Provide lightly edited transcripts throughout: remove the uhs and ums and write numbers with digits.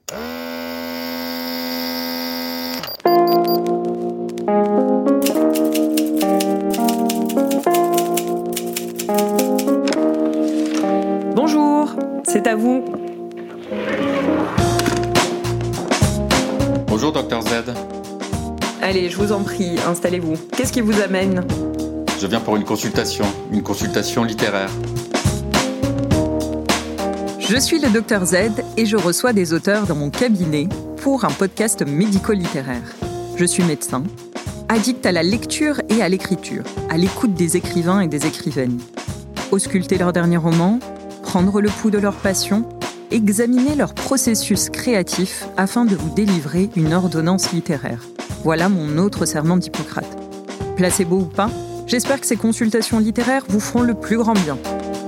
Bonjour, c'est à vous. Bonjour Dr Z. Allez, je vous en prie, installez-vous. Qu'est-ce qui vous amène ? Je viens pour une consultation littéraire. Je suis le Dr Z et je reçois des auteurs dans mon cabinet pour un podcast médico-littéraire. Je suis médecin, addict à la lecture et à l'écriture, à l'écoute des écrivains et des écrivaines. Ausculter leurs derniers romans, prendre le pouls de leur passion, examiner leur processus créatif afin de vous délivrer une ordonnance littéraire. Voilà mon autre serment d'Hippocrate. Placebo ou pas, j'espère que ces consultations littéraires vous feront le plus grand bien.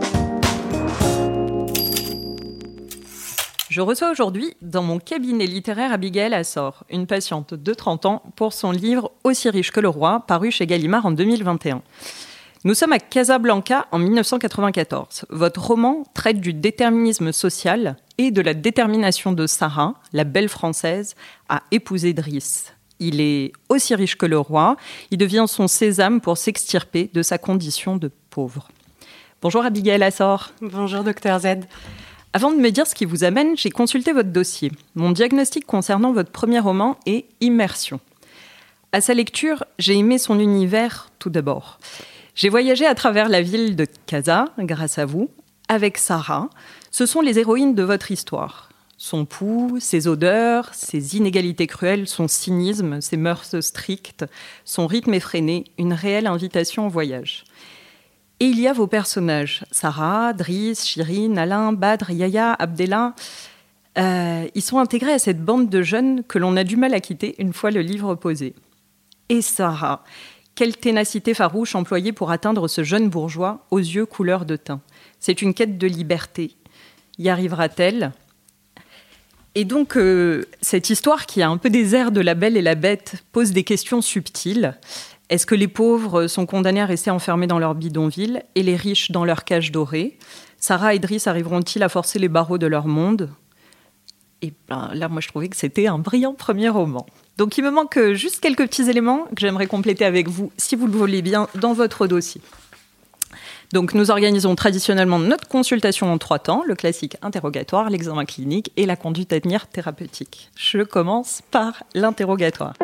Je reçois aujourd'hui dans mon cabinet littéraire Abigail Assor, une patiente de 30 ans, pour son livre « Aussi riche que le roi », paru chez Gallimard en 2021. Nous sommes à Casablanca en 1994. Votre roman traite du déterminisme social et de la détermination de Sarah, la belle française, à épouser Driss. Il est aussi riche que le roi, il devient son sésame pour s'extirper de sa condition de pauvre. Bonjour Abigail Assor. Bonjour Dr Z. Avant de me dire ce qui vous amène, j'ai consulté votre dossier. Mon diagnostic concernant votre premier roman est Immersion. À sa lecture, j'ai aimé son univers tout d'abord. J'ai voyagé à travers la ville de Casa, grâce à vous, avec Sarah. Ce sont les héroïnes de votre histoire. Son pouls, ses odeurs, ses inégalités cruelles, son cynisme, ses mœurs strictes, son rythme effréné, une réelle invitation au voyage. Et il y a vos personnages, Sarah, Driss, Chirine, Alain, Badr, Yahya, Abdellah. Ils sont intégrés à cette bande de jeunes que l'on a du mal à quitter une fois le livre posé. Et Sarah, quelle ténacité farouche employée pour atteindre ce jeune bourgeois aux yeux couleur de teint. C'est une quête de liberté. Y arrivera-t-elle ? Et donc, cette histoire qui a un peu des airs de La Belle et la Bête pose des questions subtiles. Est-ce que les pauvres sont condamnés à rester enfermés dans leur bidonville et les riches dans leur cage dorée ? Sarah et Driss arriveront-ils à forcer les barreaux de leur monde ? Et là, moi, je trouvais que c'était un brillant premier roman. Donc, il me manque juste quelques petits éléments que j'aimerais compléter avec vous, si vous le voulez bien, dans votre dossier. Donc, nous organisons traditionnellement notre consultation en 3 temps, le classique interrogatoire, l'examen clinique et la conduite à tenir thérapeutique. Je commence par l'interrogatoire.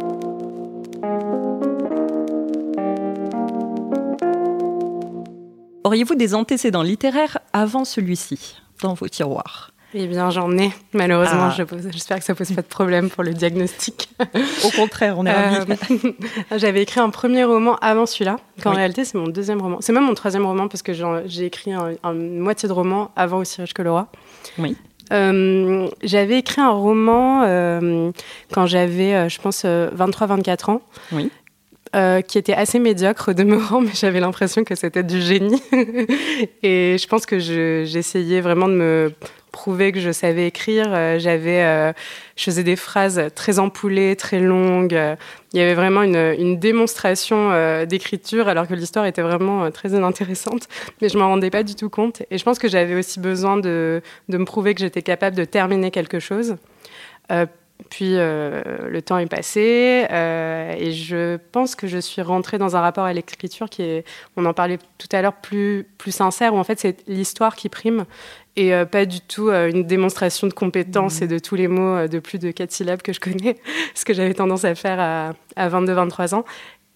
Auriez-vous des antécédents littéraires avant celui-ci, dans vos tiroirs ? Eh bien, j'en ai. Malheureusement, j'espère que ça ne pose pas de problème pour le diagnostic. Au contraire, on est ravis. J'avais écrit un premier roman avant celui-là, qu'en réalité, c'est mon deuxième roman. C'est même mon troisième roman, parce que j'ai écrit une moitié de roman avant Aussi riche que le roi. Oui. J'avais écrit un roman quand j'avais, je pense, 23-24 ans. Oui. Qui était assez médiocre demeurant, mais j'avais l'impression que c'était du génie. Et je pense que j'essayais vraiment de me prouver que je savais écrire. Je faisais des phrases très ampoulées, très longues. Il y avait vraiment une démonstration d'écriture, alors que l'histoire était vraiment très inintéressante. Mais je m'en rendais pas du tout compte. Et je pense que j'avais aussi besoin de me prouver que j'étais capable de terminer quelque chose. Puis le temps est passé et je pense que je suis rentrée dans un rapport à l'écriture qui est, on en parlait tout à l'heure, plus sincère, où en fait c'est l'histoire qui prime et pas du tout une démonstration de compétences et de tous les mots de plus de 4 syllabes que je connais, ce que j'avais tendance à faire à 22-23 ans.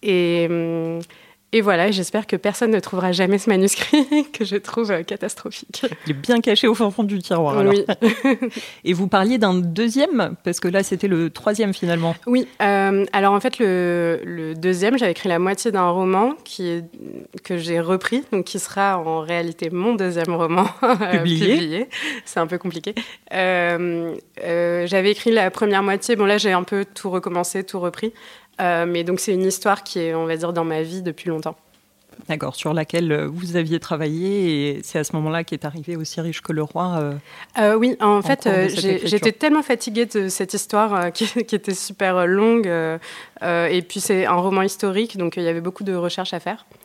Et voilà, j'espère que personne ne trouvera jamais ce manuscrit que je trouve catastrophique. Il est bien caché au fond du tiroir, alors. Oui. Et vous parliez d'un deuxième, parce que là, c'était le troisième, finalement. Oui, alors en fait, le deuxième, j'avais écrit la moitié d'un roman que j'ai repris, donc qui sera en réalité mon deuxième roman publié. C'est un peu compliqué. J'avais écrit la première moitié. Bon, là, j'ai un peu tout recommencé, tout repris. Mais donc, c'est une histoire qui est, on va dire, dans ma vie depuis longtemps. D'accord, sur laquelle vous aviez travaillé, et c'est à ce moment-là qu'est arrivé Aussi riche que le roi. Oui, en fait, j'étais tellement fatiguée de cette histoire qui était super longue. Et puis, c'est un roman historique, donc il y avait beaucoup de recherches à faire.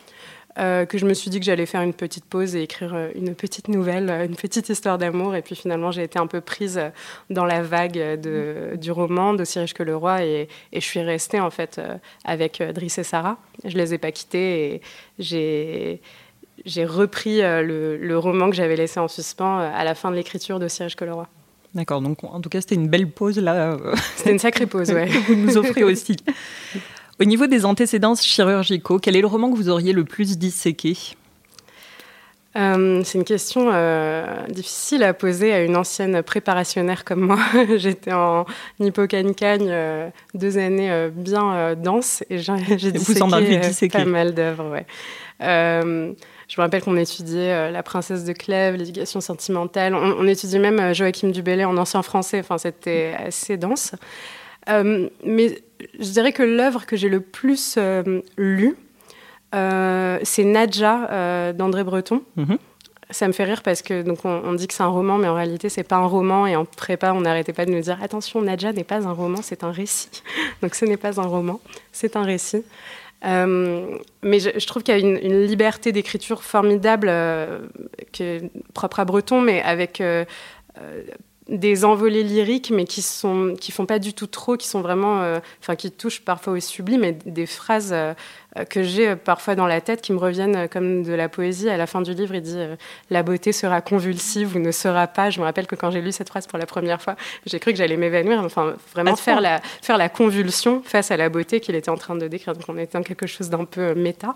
que je me suis dit que j'allais faire une petite pause et écrire une petite nouvelle, une petite histoire d'amour. Et puis finalement, j'ai été un peu prise dans la vague du roman d'Aussi riche que le roi. Et je suis restée en fait avec Driss et Sarah. Je les ai pas quittés et j'ai repris le roman que j'avais laissé en suspens à la fin de l'écriture d'Aussi riche que le roi. D'accord, donc en tout cas, c'était une belle pause là. C'était une sacrée pause, ouais. Que vous nous offrez aussi. Au niveau des antécédents chirurgicaux, quel est le roman que vous auriez le plus disséqué ? C'est une question difficile à poser à une ancienne préparationnaire comme moi. J'étais en hypocagne 2 années bien denses et j'ai disséqué pas mal d'œuvres. Ouais. Je me rappelle qu'on étudiait La princesse de Clèves, l'éducation sentimentale. On étudiait même Joachim du Bellay en ancien français. Enfin, c'était assez dense. Mais je dirais que l'œuvre que j'ai le plus lue, c'est Nadja d'André Breton. Mm-hmm. Ça me fait rire parce que donc on dit que c'est un roman, mais en réalité, c'est pas un roman. Et en prépa, on n'arrêtait pas de nous dire « Attention, Nadja n'est pas un roman, c'est un récit. » Donc ce n'est pas un roman, c'est un récit. Mais je trouve qu'il y a une liberté d'écriture formidable qui est propre à Breton, mais avec des envolées lyriques, mais qui font pas du tout trop, qui sont vraiment, qui touchent parfois au sublime, et des phrases que j'ai parfois dans la tête qui me reviennent comme de la poésie. À la fin du livre, il dit la beauté sera convulsive ou ne sera pas. Je me rappelle que quand j'ai lu cette phrase pour la première fois, j'ai cru que j'allais m'évanouir. Enfin, vraiment faire la convulsion face à la beauté qu'il était en train de décrire. Donc on était dans quelque chose d'un peu méta.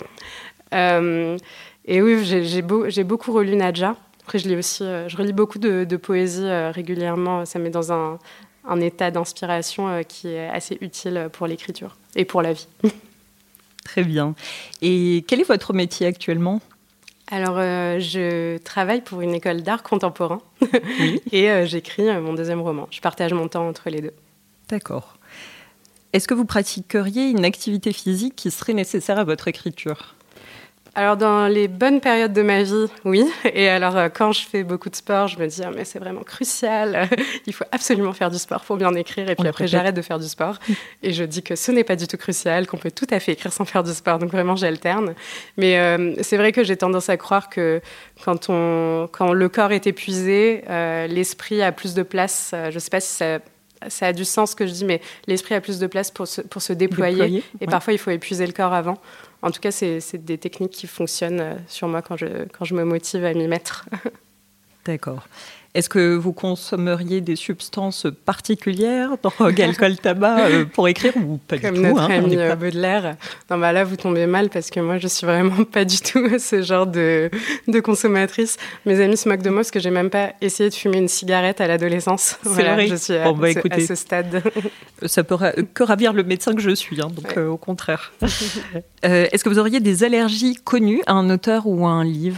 Et oui, j'ai beaucoup relu Nadja. Après, je relis beaucoup de poésie régulièrement. Ça me met dans un état d'inspiration qui est assez utile pour l'écriture et pour la vie. Très bien. Et quel est votre métier actuellement ? Alors, je travaille pour une école d'art contemporain oui. Et j'écris mon 2e roman. Je partage mon temps entre les deux. D'accord. Est-ce que vous pratiqueriez une activité physique qui serait nécessaire à votre écriture ? Alors, dans les bonnes périodes de ma vie, oui. Et alors, quand je fais beaucoup de sport, je me dis mais c'est vraiment crucial. Il faut absolument faire du sport pour bien écrire. Et puis après, j'arrête de faire du sport. Et je dis que ce n'est pas du tout crucial, qu'on peut tout à fait écrire sans faire du sport. Donc vraiment, j'alterne. Mais c'est vrai que j'ai tendance à croire que quand le corps est épuisé, l'esprit a plus de place. Je ne sais pas si ça a du sens ce que je dis, mais l'esprit a plus de place pour se déployer. Et parfois, il faut épuiser le corps avant. En tout cas, c'est des techniques qui fonctionnent sur moi quand je me motive à m'y mettre. D'accord. Est-ce que vous consommeriez des substances particulières, drogue, alcool, tabac, pour écrire ou pas Comme du tout ? Comme notre ami Baudelaire. Non, là, vous tombez mal parce que moi, je suis vraiment pas du tout ce genre de consommatrice. Mes amis se moquent de moi parce que j'ai même pas essayé de fumer une cigarette à l'adolescence. C'est vrai. Je suis à ce stade. Ça peut que ravir le médecin que je suis, donc au contraire. Est-ce que vous auriez des allergies connues à un auteur ou à un livre ?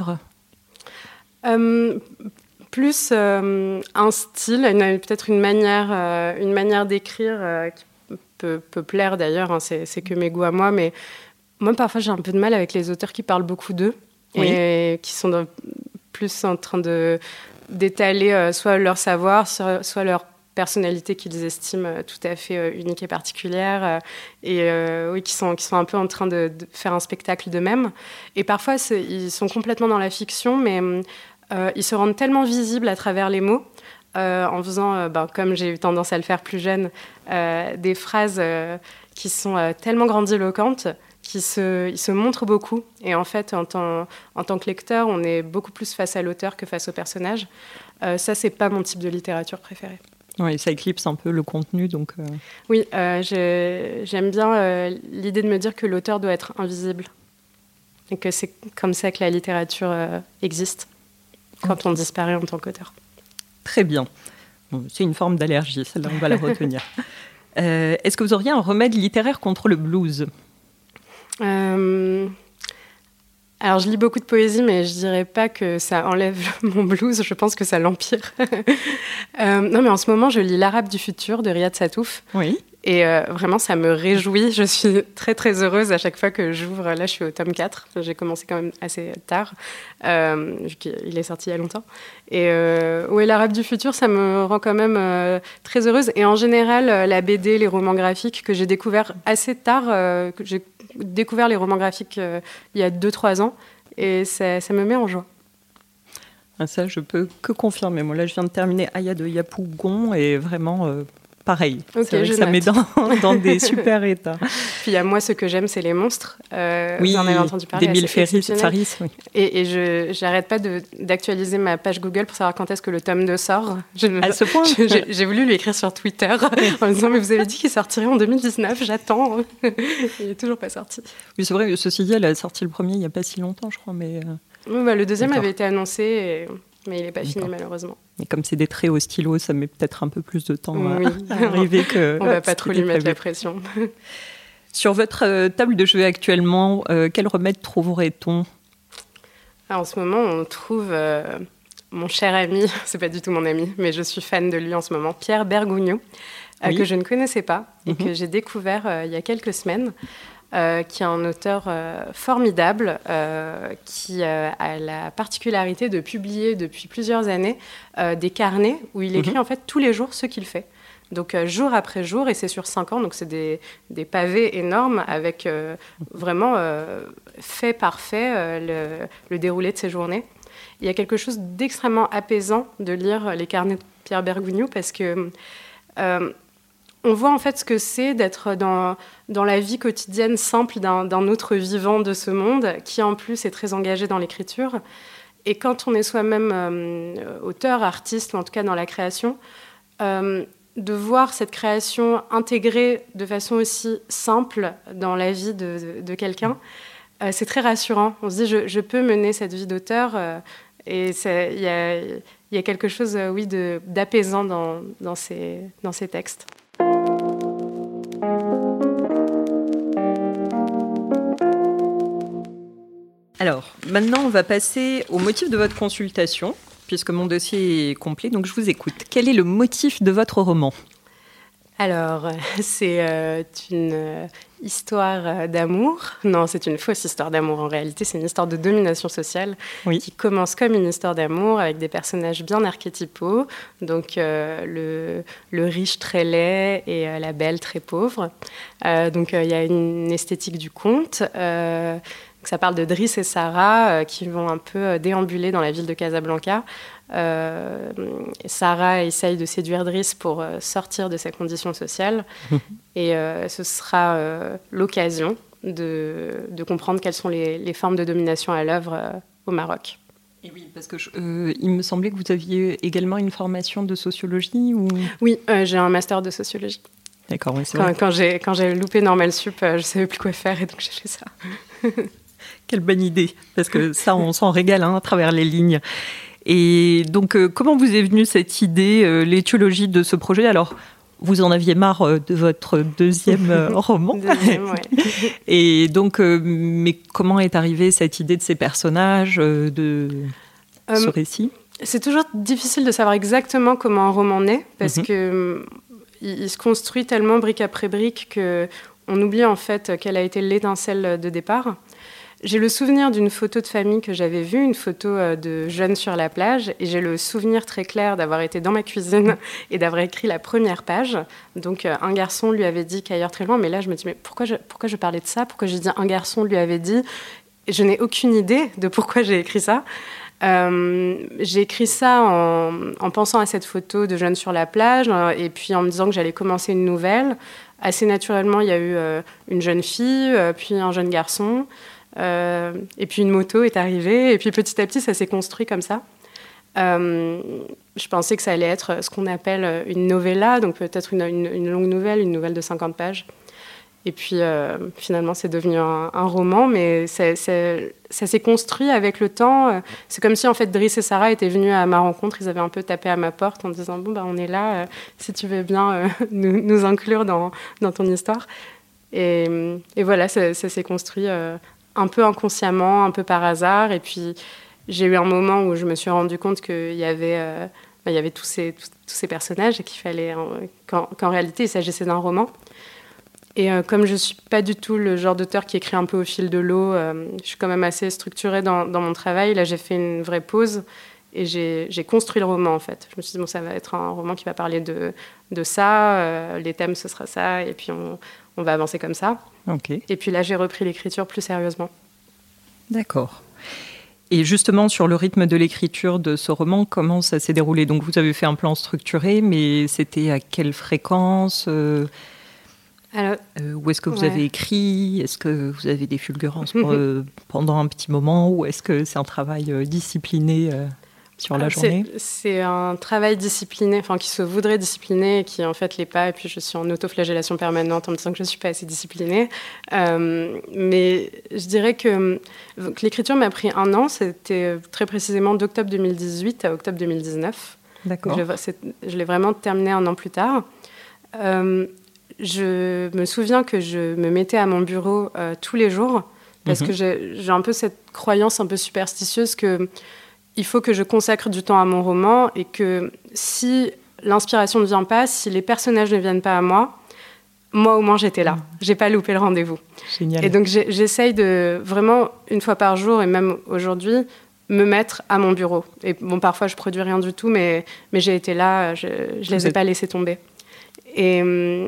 Plus un style, peut-être une manière d'écrire qui peut plaire d'ailleurs, hein, c'est que mes goûts à moi, mais moi parfois j'ai un peu de mal avec les auteurs qui parlent beaucoup d'eux et qui sont plus en train d'étaler soit leur savoir, soit leur personnalité qu'ils estiment tout à fait unique et particulière et qui sont un peu en train de faire un spectacle d'eux-mêmes. Et parfois ils sont complètement dans la fiction, mais ils se rendent tellement visibles à travers les mots, en faisant, comme j'ai eu tendance à le faire plus jeune, des phrases qui sont tellement grandiloquentes qu'ils se montrent beaucoup. Et en fait, en tant que lecteur, on est beaucoup plus face à l'auteur que face au personnage. Ça, c'est pas mon type de littérature préférée. Oui, ça éclipse un peu le contenu, donc... Oui, j'aime bien l'idée de me dire que l'auteur doit être invisible. Et que c'est comme ça que la littérature existe. Quand on disparaît en tant qu'auteur. Très bien. Bon, c'est une forme d'allergie, celle-là, on va la retenir. Est-ce que vous auriez un remède littéraire contre le blues ? Alors, je lis beaucoup de poésie, mais je dirais pas que ça enlève mon blues. Je pense que ça l'empire. Non, mais en ce moment, je lis L'Arabe du futur de Riyad Sattouf. Oui. Et vraiment, ça me réjouit. Je suis très, très heureuse à chaque fois que j'ouvre. Là, je suis au tome 4. J'ai commencé quand même assez tard. Il est sorti il y a longtemps. Et L'Arabe du futur, ça me rend quand même très heureuse. Et en général, la BD, les romans graphiques que j'ai découverts assez tard, que j'ai découvert les romans graphiques il y a 2-3 ans et ça me met en joie. Ça, je peux que confirmer. Moi, là, je viens de terminer Aya de Yapougon et vraiment pareil. Okay, c'est vrai que ça met dans des super états. Puis il y a moi, ce que j'aime, c'est les monstres. Oui, vous en avez entendu parler. d'Émile Faris, oui. Et je n'arrête pas d'actualiser ma page Google pour savoir quand est-ce que le tome 2 sort. À ce point j'ai voulu lui écrire sur Twitter en me disant « Mais vous avez dit qu'il sortirait en 2019, j'attends. » Il n'est toujours pas sorti. Oui, c'est vrai, ceci dit, elle a sorti le premier il n'y a pas si longtemps, je crois, mais... le deuxième avait été annoncé, mais il n'est pas fini malheureusement. Et comme c'est des traits au stylo, ça met peut-être un peu plus de temps à arriver que... On ne va pas trop lui mettre la pression. Sur votre table de chevet actuellement, quel remède trouverait-on ? En ce moment, on trouve mon cher ami, c'est pas du tout mon ami, mais je suis fan de lui en ce moment, Pierre Bergugno, que je ne connaissais pas et que j'ai découvert il y a quelques semaines. Qui est un auteur formidable, qui a la particularité de publier depuis plusieurs années des carnets où il écrit en fait tous les jours ce qu'il fait. Donc jour après jour, et c'est sur 5 ans, donc c'est des pavés énormes avec vraiment fait par fait le déroulé de ses journées. Il y a quelque chose d'extrêmement apaisant de lire les carnets de Pierre Bergugno parce que... on voit en fait ce que c'est d'être dans la vie quotidienne simple d'un autre vivant de ce monde, qui en plus est très engagé dans l'écriture. Et quand on est soi-même auteur, artiste, ou en tout cas dans la création, de voir cette création intégrée de façon aussi simple dans la vie de quelqu'un, c'est très rassurant. On se dit, je peux mener cette vie d'auteur, et il y a quelque chose d'apaisant dans ces textes. Alors, maintenant, on va passer au motif de votre consultation, puisque mon dossier est complet, donc je vous écoute. Quel est le motif de votre roman ? Alors, c'est une histoire d'amour. Non, c'est une fausse histoire d'amour en réalité. C'est une histoire de domination sociale qui commence comme une histoire d'amour avec des personnages bien archétypaux. Donc, le riche très laid et la belle très pauvre. Donc, il y a une esthétique du conte. Ça parle de Driss et Sarah qui vont un peu déambuler dans la ville de Casablanca. Sarah essaye de séduire Driss pour sortir de ses conditions sociales et ce sera l'occasion de comprendre quelles sont les formes de domination à l'œuvre au Maroc. Et oui, parce que il me semblait que vous aviez également une formation de sociologie ou... Oui, j'ai un master de sociologie. D'accord, oui, c'est vrai. Quand j'ai loupé Normal Sup, je ne savais plus quoi faire et donc j'ai fait ça. Quelle bonne idée, parce que ça, on s'en régale à travers les lignes. Et donc, comment vous est venue cette idée, l'étiologie de ce projet ? Alors, vous en aviez marre de votre deuxième roman. Et donc, mais comment est arrivée cette idée de ces personnages, de ce récit ? C'est toujours difficile de savoir exactement comment un roman naît, parce que il se construit tellement brique après brique qu'on oublie en fait quelle a été l'étincelle de départ. J'ai le souvenir d'une photo de famille que j'avais vue, une photo de jeunes sur la plage, et j'ai le souvenir très clair d'avoir été dans ma cuisine et d'avoir écrit la première page. Donc un garçon lui avait dit qu'ailleurs très loin, mais là je me dis mais pourquoi je parlais de ça ? Pourquoi j'ai dit un garçon lui avait dit ? Je n'ai aucune idée de pourquoi j'ai écrit ça. J'ai écrit ça en pensant à cette photo de jeunes sur la plage et puis en me disant que j'allais commencer une nouvelle. Assez naturellement, il y a eu une jeune fille, puis un jeune garçon. Et puis une moto est arrivée, et puis petit à petit, ça s'est construit comme ça. Je pensais que ça allait être ce qu'on appelle une novella, donc peut-être une longue nouvelle, une nouvelle de 50 pages. Et puis finalement, c'est devenu un roman, mais ça s'est construit avec le temps. C'est comme si en fait Driss et Sarah étaient venus à ma rencontre, ils avaient un peu tapé à ma porte en disant bon on est là, si tu veux bien nous inclure dans ton histoire. Et voilà, ça s'est construit un peu inconsciemment, un peu par hasard. Et puis, j'ai eu un moment où je me suis rendu compte qu'il y avait tous ces personnages et qu'il fallait qu'en réalité, il s'agissait d'un roman. Et comme je ne suis pas du tout le genre d'auteur qui écrit un peu au fil de l'eau, je suis quand même assez structurée dans mon travail. Là, j'ai fait une vraie pause j'ai construit le roman, en fait. Je me suis dit, bon, ça va être un roman qui va parler de ça, les thèmes, ce sera ça, et puis on va avancer comme ça. Okay. Et puis là, j'ai repris l'écriture plus sérieusement. D'accord. Et justement, sur le rythme de l'écriture de ce roman, comment ça s'est déroulé ? Donc, vous avez fait un plan structuré, mais c'était à quelle fréquence ? Alors, où est-ce que vous avez écrit ? Est-ce que vous avez des fulgurances pendant un petit moment ? Ou est-ce que c'est un travail discipliné sur la journée ? C'est un travail discipliné, enfin qui se voudrait discipliné et qui en fait l'est pas. Et puis je suis en autoflagellation permanente en me disant que je suis pas assez disciplinée. Mais je dirais que l'écriture m'a pris 1 an. C'était très précisément d'octobre 2018 à octobre 2019. D'accord. Je l'ai vraiment terminé 1 an plus tard. Je me souviens que je me mettais à mon bureau tous les jours parce que j'ai un peu cette croyance un peu superstitieuse que il faut que je consacre du temps à mon roman et que si l'inspiration ne vient pas, si les personnages ne viennent pas à moi au moins j'étais là. J'ai pas loupé le rendez-vous. Génial. Et donc j'essaye de vraiment 1 fois par jour et même aujourd'hui me mettre à mon bureau. Et bon, parfois je produis rien du tout, mais j'ai été là, je les ai pas laissés tomber. Et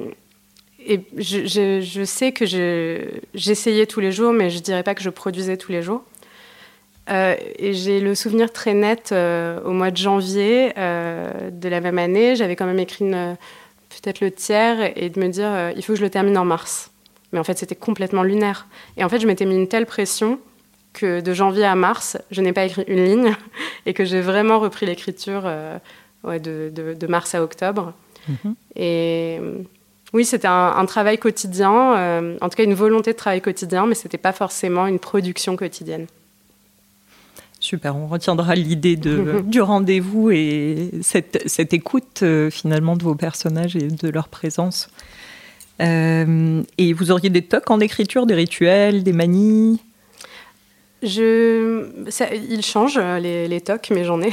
je sais que j'essayais tous les jours, mais je dirais pas que je produisais tous les jours. Et j'ai le souvenir très net au mois de janvier de la même année. J'avais quand même écrit peut-être le tiers et de me dire il faut que je le termine en mars. Mais en fait, c'était complètement lunaire. Et en fait, je m'étais mis une telle pression que de janvier à mars, je n'ai pas écrit une ligne et que j'ai vraiment repris l'écriture de mars à octobre. Et oui, c'était un travail quotidien, en tout cas une volonté de travail quotidien, mais ce n'était pas forcément une production quotidienne. Super, on retiendra l'idée du rendez-vous et cette écoute finalement de vos personnages et de leur présence. Et vous auriez des tocs en écriture, des rituels, des manies ? Ils changent, les tocs, mais j'en ai.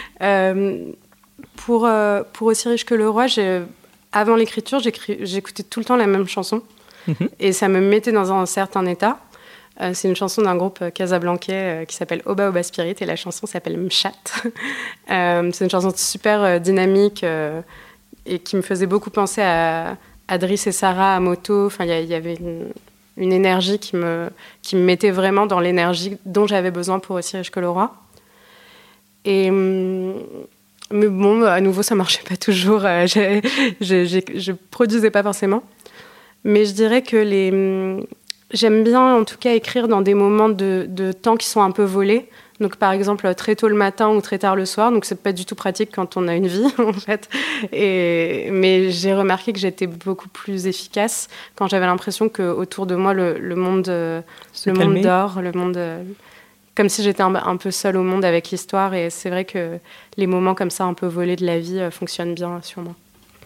Pour Aussi riche que le roi, avant l'écriture, j'écoutais tout le temps la même chanson. Et ça me mettait dans un certain état. C'est une chanson d'un groupe casablancais qui s'appelle Oba Oba Spirit et la chanson s'appelle Mchat. C'est une chanson super dynamique et qui me faisait beaucoup penser à Driss et Sarah à Moto. Enfin, il y avait une énergie qui me mettait vraiment dans l'énergie dont j'avais besoin pour Aussi riche que le roi. Mais bon, à nouveau, ça marchait pas toujours. Je produisais pas forcément. Mais je dirais que j'aime bien, en tout cas, écrire dans des moments de temps qui sont un peu volés. Donc, par exemple, très tôt le matin ou très tard le soir. Donc, c'est pas du tout pratique quand on a une vie, en fait. Mais j'ai remarqué que j'étais beaucoup plus efficace quand j'avais l'impression qu'autour de moi, le monde dort, comme si j'étais un peu seule au monde avec l'histoire. Et c'est vrai que les moments comme ça, un peu volés de la vie, fonctionnent bien sur moi.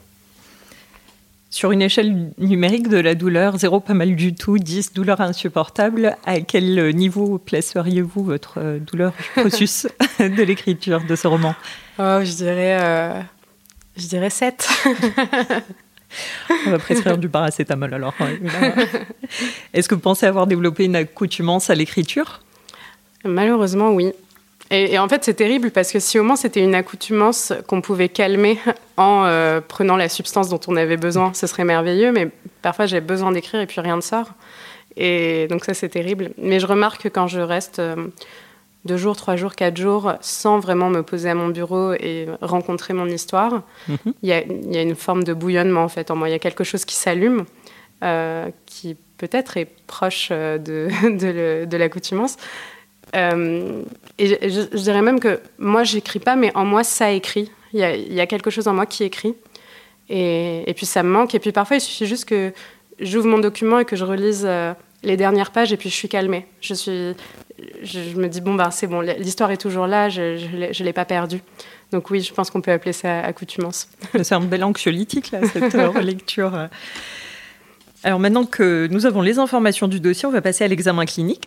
Sur une échelle numérique de la douleur, 0 pas mal du tout, 10 douleur insupportable, à quel niveau placeriez-vous votre douleur du processus de l'écriture de ce roman ? Je dirais 7. On va prescrire du paracétamol alors. Est-ce que vous pensez avoir développé une accoutumance à l'écriture ? Malheureusement, oui. Et en fait, c'est terrible parce que si au moins c'était une accoutumance qu'on pouvait calmer en prenant la substance dont on avait besoin, ce serait merveilleux. Mais parfois, j'ai besoin d'écrire et puis rien ne sort. Et donc ça, c'est terrible. Mais je remarque que quand je reste 2 jours, 3 jours, 4 jours sans vraiment me poser à mon bureau et rencontrer mon histoire, il y a une forme de bouillonnement en fait en moi. Il y a quelque chose qui s'allume, qui peut-être est proche de l'accoutumance. Et je dirais même que moi j'écris pas, mais en moi ça écrit. Il y a quelque chose en moi qui écrit et puis ça me manque. Et puis parfois il suffit juste que j'ouvre mon document et que je relise les dernières pages et puis je suis calmée. Je me dis c'est bon, l'histoire est toujours là, je l'ai pas perdue. Donc oui, je pense qu'on peut appeler ça accoutumance. C'est un bel anxiolytique là, cette relecture. Alors maintenant que nous avons les informations du dossier, on va passer à l'examen clinique.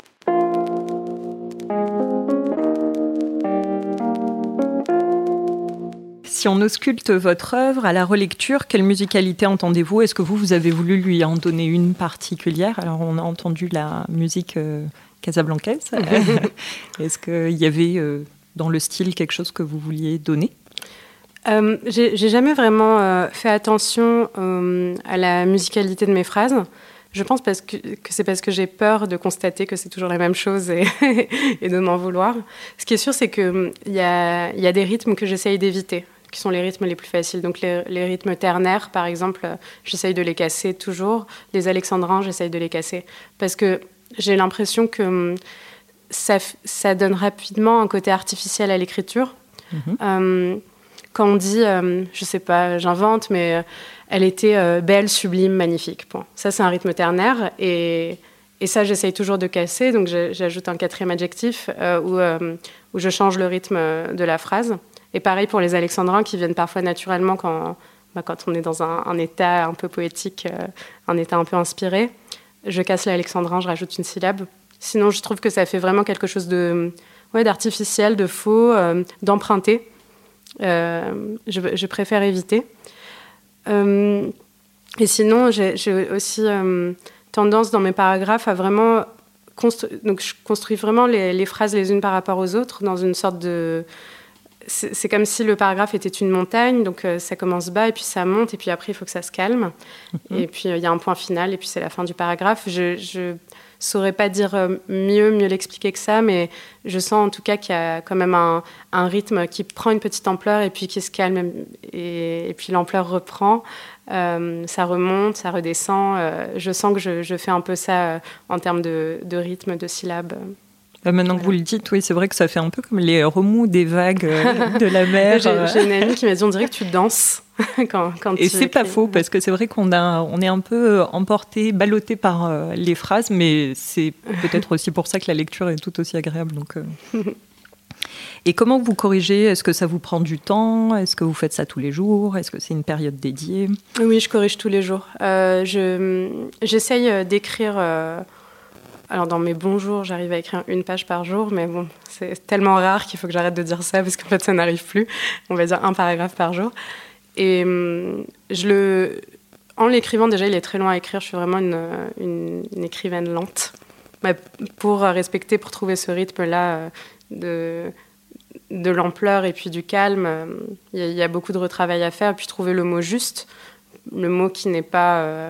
Si on ausculte votre œuvre à la relecture, quelle musicalité entendez-vous ? Est-ce que vous avez voulu lui en donner une particulière ? Alors, on a entendu la musique casablancaise. Est-ce qu'il y avait dans le style quelque chose que vous vouliez donner ? J'ai jamais vraiment fait attention à la musicalité de mes phrases. Je pense que c'est parce que j'ai peur de constater que c'est toujours la même chose et, et de m'en vouloir. Ce qui est sûr, c'est qu'il y a des rythmes que j'essaye d'éviter, qui sont les rythmes les plus faciles. Donc les rythmes ternaires, par exemple, j'essaye de les casser toujours. Les alexandrins, j'essaye de les casser. Parce que j'ai l'impression que ça donne rapidement un côté artificiel à l'écriture. Quand on dit, je sais pas, j'invente, mais elle était belle, sublime, magnifique. Bon. Ça, c'est un rythme ternaire. Et ça, j'essaye toujours de casser. Donc, j'ajoute un 4e adjectif où je change le rythme de la phrase. Et pareil pour les alexandrins qui viennent parfois naturellement quand on est dans un état un peu poétique, un état un peu inspiré. Je casse l'alexandrin, je rajoute une syllabe. Sinon, je trouve que ça fait vraiment quelque chose d'artificiel, de faux, d'emprunté. Je préfère éviter. Et sinon, j'ai aussi tendance dans mes paragraphes à vraiment donc je construis vraiment les phrases les unes par rapport aux autres dans une sorte de... C'est comme si le paragraphe était une montagne, donc ça commence bas et puis ça monte et puis après il faut que ça se calme. Et puis il y a un point final et puis c'est la fin du paragraphe. Je saurais pas dire mieux l'expliquer que ça, mais je sens en tout cas qu'il y a quand même un rythme qui prend une petite ampleur et puis qui se calme et puis l'ampleur reprend. Ça remonte, ça redescend. Je sens que je fais un peu ça en termes de rythme, de syllabes. Maintenant que vous le dites, oui, c'est vrai que ça fait un peu comme les remous des vagues de la mer. J'ai une amie qui m'a dit, on dirait que tu danses quand et c'est pas faux, parce que c'est vrai qu'on est un peu emporté, ballotté par les phrases, mais c'est peut-être aussi pour ça que la lecture est tout aussi agréable. Donc, Et comment vous corrigez ? Est-ce que ça vous prend du temps ? Est-ce que vous faites ça tous les jours ? Est-ce que c'est une période dédiée ? Oui, je corrige tous les jours. J'essaye d'écrire... Alors, dans mes bons jours, j'arrive à écrire 1 page par jour, mais bon, c'est tellement rare qu'il faut que j'arrête de dire ça, parce qu'en fait, ça n'arrive plus. On va dire 1 paragraphe par jour. Et en l'écrivant, déjà, il est très long à écrire. Je suis vraiment une écrivaine lente. Mais pour trouver ce rythme-là de l'ampleur et puis du calme, il y a beaucoup de retravail à faire. Et puis, trouver le mot juste, le mot qui n'est pas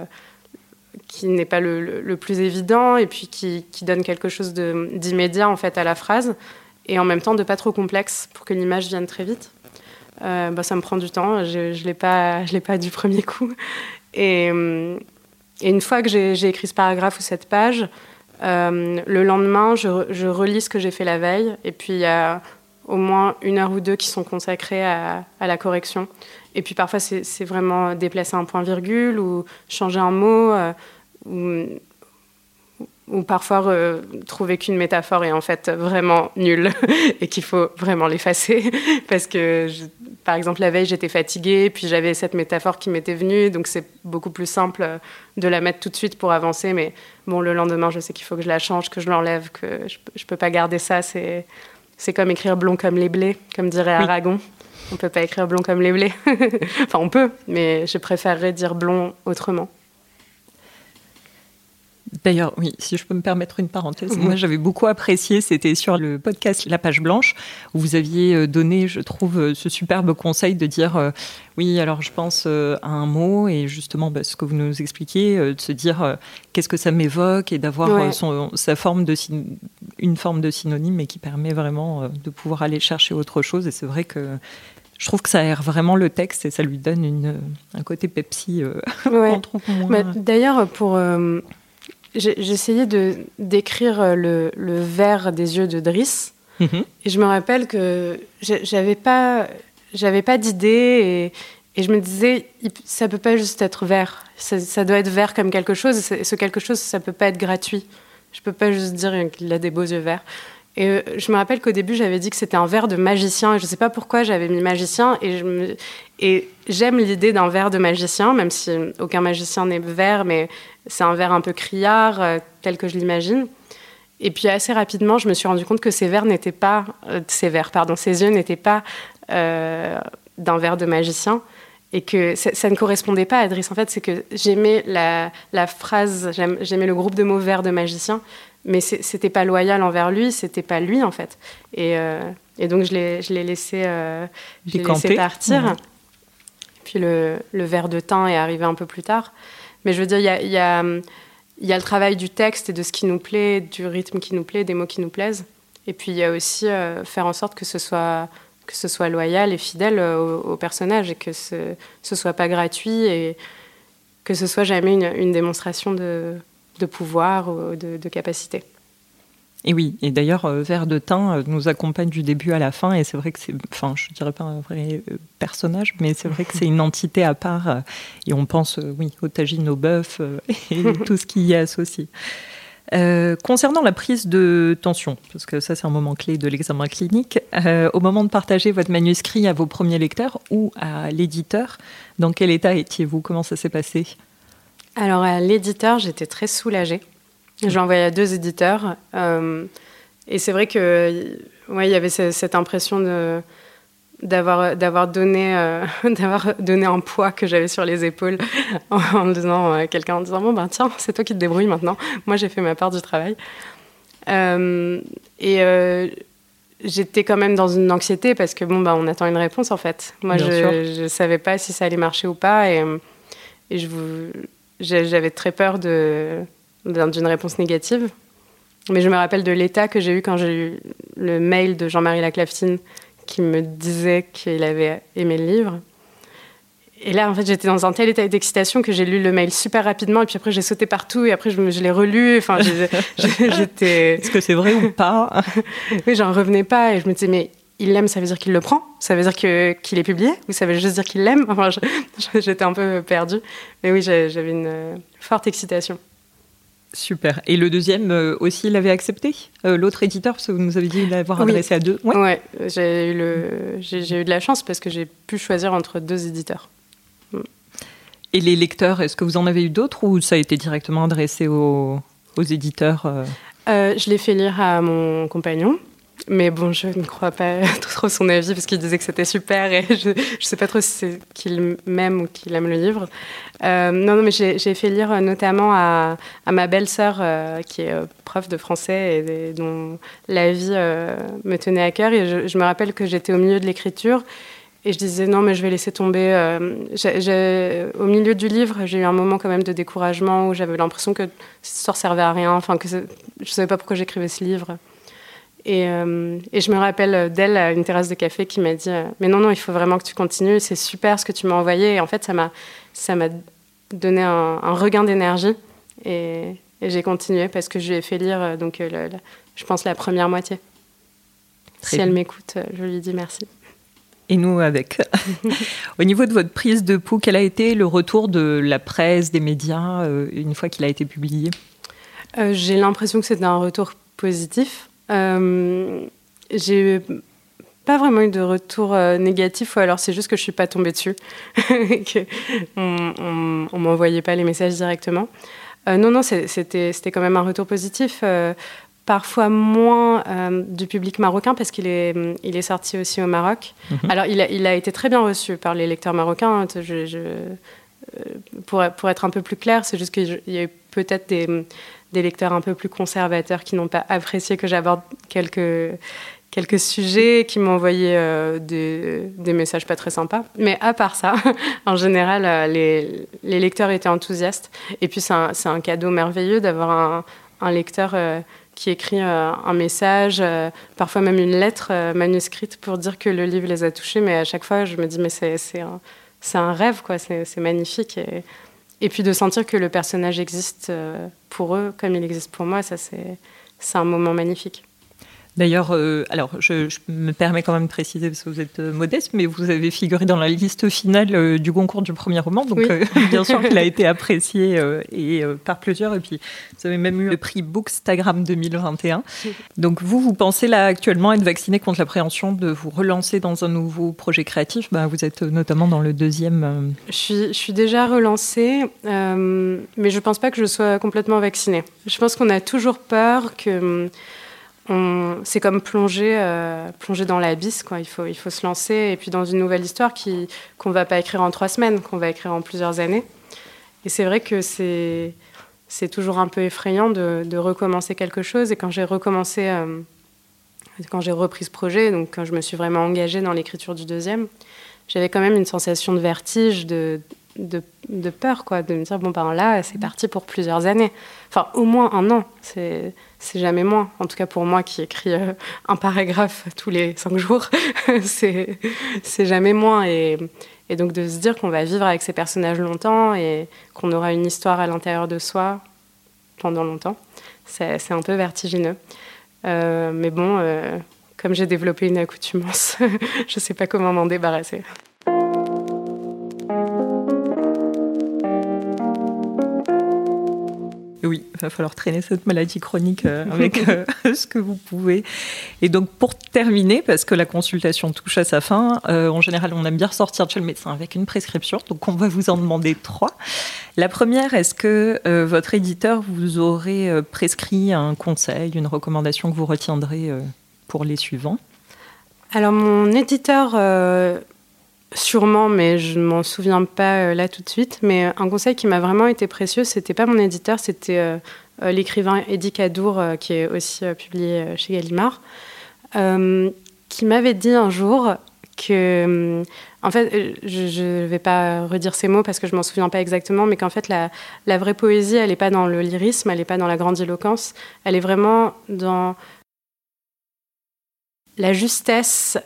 le plus évident et puis qui donne quelque chose d'immédiat en fait à la phrase et en même temps de pas trop complexe pour que l'image vienne très vite. Ça me prend du temps, je l'ai pas du premier coup. Et une fois que j'ai écrit ce paragraphe ou cette page, le lendemain, je relis ce que j'ai fait la veille et puis il y a au moins 1 heure ou 2 qui sont consacrées à la correction. Et puis parfois, c'est vraiment déplacer un point-virgule ou changer un mot ou parfois trouver qu'une métaphore est en fait vraiment nulle et qu'il faut vraiment l'effacer. Parce que, par exemple, la veille, j'étais fatiguée, puis j'avais cette métaphore qui m'était venue, donc c'est beaucoup plus simple de la mettre tout de suite pour avancer. Mais bon, le lendemain, je sais qu'il faut que je la change, que je l'enlève, que je peux pas garder ça. C'est comme écrire blond comme les blés, comme dirait Aragon. On peut pas écrire blond comme les blés. Enfin, on peut, mais je préférerais dire blond autrement. D'ailleurs, oui, si je peux me permettre une parenthèse, moi j'avais beaucoup apprécié, c'était sur le podcast La Page Blanche, où vous aviez donné, je trouve, ce superbe conseil de dire oui, alors je pense à un mot, et justement ce que vous nous expliquiez, de se dire qu'est-ce que ça m'évoque, et d'avoir une forme de synonyme, et qui permet vraiment de pouvoir aller chercher autre chose. Et c'est vrai que je trouve que ça aère vraiment le texte, et ça lui donne un côté Pepsi qu'on trouve moins... D'ailleurs, j'essayais d'écrire le vers des yeux de Driss, et je me rappelle que j'avais pas d'idée, et je me disais, ça peut pas juste être vert, ça doit être vert comme quelque chose, et ce quelque chose, ça peut pas être gratuit. Je peux pas juste dire qu'il a des beaux yeux verts. Et je me rappelle qu'au début, j'avais dit que c'était un vers de magicien, et je sais pas pourquoi j'avais mis magicien, et j'aime l'idée d'un vers de magicien, même si aucun magicien n'est vert, mais c'est un vers un peu criard, tel que je l'imagine. Et puis assez rapidement, je me suis rendu compte que ces yeux n'étaient pas d'un vers de magicien, et que ça ne correspondait pas à Driss. En fait, c'est que j'aimais la phrase, j'aimais le groupe de mots vers de magicien, mais c'était pas loyal envers lui, c'était pas lui en fait. Et Et donc, je l'ai laissé partir. Ouais. Puis le verre de thym est arrivé un peu plus tard. Mais je veux dire, il y a le travail du texte et de ce qui nous plaît, du rythme qui nous plaît, des mots qui nous plaisent. Et puis, il y a aussi faire en sorte que ce soit loyal et fidèle au personnage et que ce soit pas gratuit et que ce soit jamais une démonstration de pouvoir ou de capacité. Et oui, et d'ailleurs, Verre de thym nous accompagne du début à la fin, et c'est vrai que je dirais pas un vrai personnage, mais c'est vrai que c'est une entité à part, et on pense, aux tagines, au bœuf, et tout ce qui y est associé. Concernant la prise de tension, parce que ça c'est un moment clé de l'examen clinique, au moment de partager votre manuscrit à vos premiers lecteurs ou à l'éditeur, dans quel état étiez-vous? Comment ça s'est passé? Alors à l'éditeur, j'étais très soulagée. J'ai envoyé à 2 éditeurs et c'est vrai que il y avait cette impression d'avoir donné un poids que j'avais sur les épaules en disant à quelqu'un en disant bon tiens, c'est toi qui te débrouilles maintenant, moi j'ai fait ma part du travail. J'étais quand même dans une anxiété parce que on attend une réponse en fait. Moi je savais pas si ça allait marcher ou pas et j'avais très peur d'une réponse négative. Mais je me rappelle de l'état que j'ai eu quand j'ai eu le mail de Jean-Marie Laclaftine qui me disait qu'il avait aimé le livre. Et là, en fait, j'étais dans un tel état d'excitation que j'ai lu le mail super rapidement et puis après, j'ai sauté partout et après, je l'ai relu. Enfin, j'étais... Est-ce que c'est vrai ou pas? Oui, j'en revenais pas et je me disais, mais il l'aime, ça veut dire qu'il le prend? Ça veut dire qu'il est publié? Ou ça veut juste dire qu'il l'aime? Enfin, j'étais un peu perdue. Mais oui, j'avais une forte excitation. Super. Et le deuxième aussi, il l'avait accepté? L'autre éditeur, parce que vous nous avez dit l'avoir adressé à 2. Ouais, j'ai eu de la chance parce que j'ai pu choisir entre 2 éditeurs. Et les lecteurs, est-ce que vous en avez eu d'autres ou ça a été directement adressé aux éditeurs? Je l'ai fait lire à mon compagnon. Mais bon, je ne crois pas trop son avis parce qu'il disait que c'était super et je ne sais pas trop si c'est qu'il m'aime ou qu'il aime le livre. Non, mais j'ai fait lire notamment à ma belle-sœur qui est prof de français et dont la vie me tenait à cœur. Et je me rappelle que j'étais au milieu de l'écriture et je disais non, mais je vais laisser tomber. Au milieu du livre, j'ai eu un moment quand même de découragement où j'avais l'impression que ça ne servait à rien, enfin, que je ne savais pas pourquoi j'écrivais ce livre. Et je me rappelle d'elle à une terrasse de café qui m'a dit mais non, il faut vraiment que tu continues, c'est super ce que tu m'as envoyé. Et en fait, ça m'a donné un regain d'énergie et j'ai continué parce que je lui ai fait lire je pense la première moitié. Si elle m'écoute, je lui dis merci. Et nous avec. Au niveau de votre prise de pouls, quel a été le retour de la presse, des médias, une fois qu'il a été publié? J'ai l'impression que c'était un retour positif. J'ai pas vraiment eu de retour négatif, ou alors c'est juste que je suis pas tombée dessus, on m'envoyait pas les messages directement. Non, c'était quand même un retour positif. Parfois moins du public marocain parce qu'il est sorti aussi au Maroc. Mm-hmm. Alors il a été très bien reçu par les lecteurs marocains. Pour être un peu plus clair, c'est juste qu'il y a eu peut-être des lecteurs un peu plus conservateurs qui n'ont pas apprécié que j'aborde quelques sujets, qui m'ont envoyé des messages pas très sympas. Mais à part ça, en général, les lecteurs étaient enthousiastes. Et puis c'est un cadeau merveilleux d'avoir un lecteur qui écrit un message, parfois même une lettre manuscrite pour dire que le livre les a touchés. Mais à chaque fois, je me dis mais c'est un rêve, quoi. C'est magnifique. Et puis de sentir que le personnage existe pour eux comme il existe pour moi, ça c'est un moment magnifique. D'ailleurs, alors je me permets quand même de préciser parce que vous êtes modeste, mais vous avez figuré dans la liste finale du concours du premier roman, donc oui. Bien sûr qu'il a été apprécié par plusieurs, et puis vous avez même eu le prix Bookstagram 2021. Donc vous pensez là actuellement être vacciné contre l'appréhension de vous relancer dans un nouveau projet créatif? Vous êtes notamment dans le deuxième. Je suis déjà relancée, mais je ne pense pas que je sois complètement vaccinée. Je pense qu'on a toujours peur que... c'est comme plonger dans l'abysse, quoi. Il faut se lancer et puis dans une nouvelle histoire qu'on va pas écrire en 3 semaines, qu'on va écrire en plusieurs années. Et c'est vrai que c'est toujours un peu effrayant de recommencer quelque chose. Et quand j'ai recommencé quand j'ai repris ce projet, donc quand je me suis vraiment engagée dans l'écriture du deuxième, j'avais quand même une sensation de vertige, de peur, quoi, de me dire, bon, ben là, c'est parti pour plusieurs années. Enfin, au moins 1 an, c'est jamais moins. En tout cas, pour moi qui écris un paragraphe tous les 5 jours, c'est jamais moins. Et donc, de se dire qu'on va vivre avec ces personnages longtemps et qu'on aura une histoire à l'intérieur de soi pendant longtemps, c'est un peu vertigineux. Mais bon, comme j'ai développé une accoutumance, je ne sais pas comment m'en débarrasser. Oui, il va falloir traîner cette maladie chronique avec ce que vous pouvez. Et donc, pour terminer, parce que la consultation touche à sa fin, en général, on aime bien ressortir de chez le médecin avec une prescription. Donc, on va vous en demander 3. La première, est-ce que votre éditeur vous aurait prescrit un conseil, une recommandation que vous retiendrez pour les suivants ? Alors, mon éditeur... Sûrement, mais je ne m'en souviens pas là tout de suite. Mais un conseil qui m'a vraiment été précieux, ce n'était pas mon éditeur, c'était l'écrivain Eddie Cadour, qui est aussi publié chez Gallimard, qui m'avait dit un jour que... en fait, je ne vais pas redire ces mots parce que je ne m'en souviens pas exactement, mais qu'en fait, la vraie poésie, elle n'est pas dans le lyrisme, elle n'est pas dans la grandiloquence, elle est vraiment dans la justesse...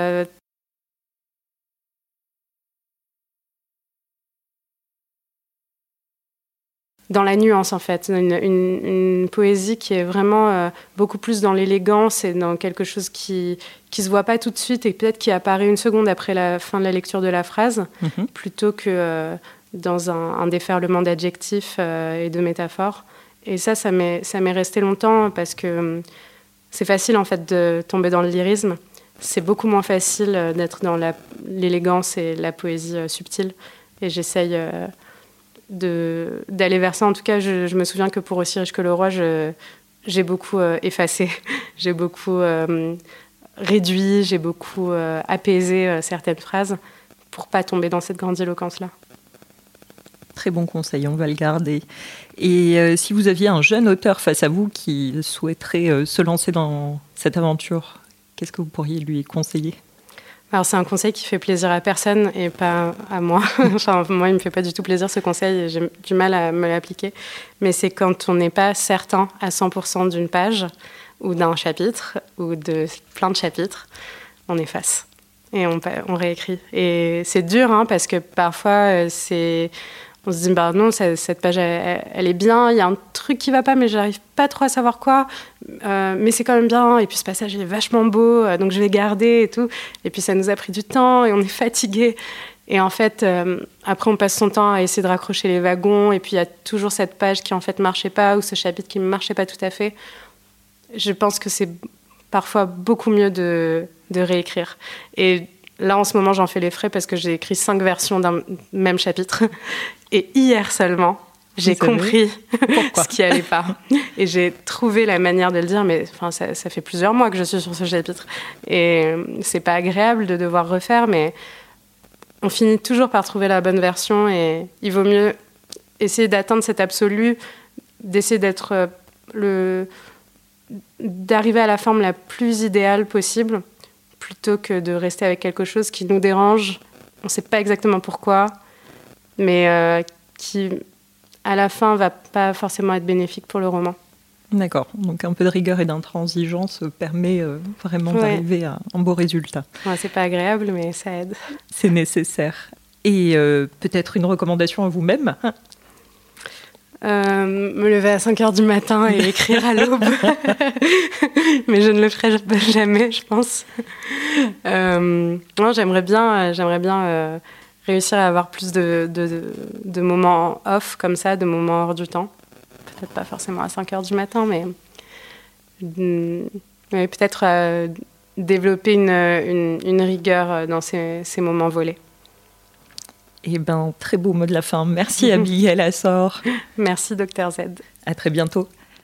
dans la nuance, en fait. Une poésie qui est vraiment beaucoup plus dans l'élégance et dans quelque chose qui se voit pas tout de suite et peut-être qui apparaît une seconde après la fin de la lecture de la phrase, plutôt que dans un déferlement d'adjectifs et de métaphores. Et ça m'est resté longtemps parce que c'est facile, en fait, de tomber dans le lyrisme. C'est beaucoup moins facile d'être dans l'élégance et la poésie subtile. Et j'essaye... d'aller vers ça. En tout cas, je me souviens que pour Aussi riche que le roi, j'ai beaucoup effacé, j'ai beaucoup réduit, j'ai beaucoup apaisé certaines phrases pour pas tomber dans cette grandiloquence-là. Très bon conseil, on va le garder. Et si vous aviez un jeune auteur face à vous qui souhaiterait se lancer dans cette aventure, qu'est-ce que vous pourriez lui conseiller ? Alors, c'est un conseil qui fait plaisir à personne et pas à moi. Enfin, moi, il ne me fait pas du tout plaisir, ce conseil, et j'ai du mal à me l'appliquer. Mais c'est quand on n'est pas certain à 100% d'une page ou d'un chapitre ou de plein de chapitres, on efface et on réécrit. Et c'est dur, hein, parce que parfois, on se dit, bah non, cette page, elle est bien, il y a un truc qui ne va pas, mais je n'arrive pas trop à savoir quoi. Mais c'est quand même bien, et puis ce passage est vachement beau, donc je vais garder et tout. Et puis ça nous a pris du temps, et on est fatigué. Et en fait, après, on passe son temps à essayer de raccrocher les wagons, et puis il y a toujours cette page qui en fait ne marchait pas, ou ce chapitre qui ne marchait pas tout à fait. Je pense que c'est parfois beaucoup mieux de réécrire. Et là, en ce moment, j'en fais les frais parce que j'ai écrit 5 versions d'un même chapitre. Et hier seulement, j'ai compris ce qui n'allait pas. Et j'ai trouvé la manière de le dire, mais ça fait plusieurs mois que je suis sur ce chapitre. Et c'est pas agréable de devoir refaire, mais on finit toujours par trouver la bonne version. Et il vaut mieux essayer d'atteindre cet absolu, d'essayer d'arriver à la forme la plus idéale possible, plutôt que de rester avec quelque chose qui nous dérange. On ne sait pas exactement pourquoi, mais qui, à la fin, ne va pas forcément être bénéfique pour le roman. D'accord. Donc un peu de rigueur et d'intransigeance permet vraiment d'arriver à un beau résultat. Ouais, c'est pas agréable, mais ça aide. C'est nécessaire. Et peut-être une recommandation à vous-même ? Me lever à 5h du matin et écrire à l'aube. Mais je ne le ferai jamais, je pense. Non, j'aimerais bien réussir à avoir plus de moments off comme ça, de moments hors du temps. Peut-être pas forcément à 5h du matin, mais peut-être développer une rigueur dans ces moments volés. Eh bien, très beau mot de la fin. Merci Abigail Assor. Merci Dr Z. À très bientôt.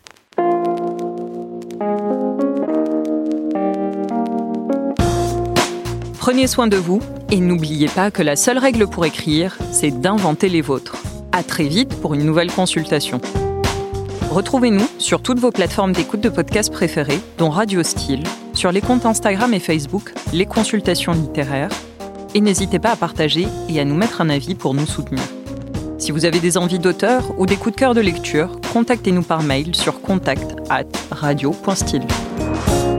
Prenez soin de vous et n'oubliez pas que la seule règle pour écrire, c'est d'inventer les vôtres. À très vite pour une nouvelle consultation. Retrouvez-nous sur toutes vos plateformes d'écoute de podcasts préférées, dont Radio Style, sur les comptes Instagram et Facebook, les consultations littéraires, et n'hésitez pas à partager et à nous mettre un avis pour nous soutenir. Si vous avez des envies d'auteur ou des coups de cœur de lecture, contactez-nous par mail sur contact@radio.style.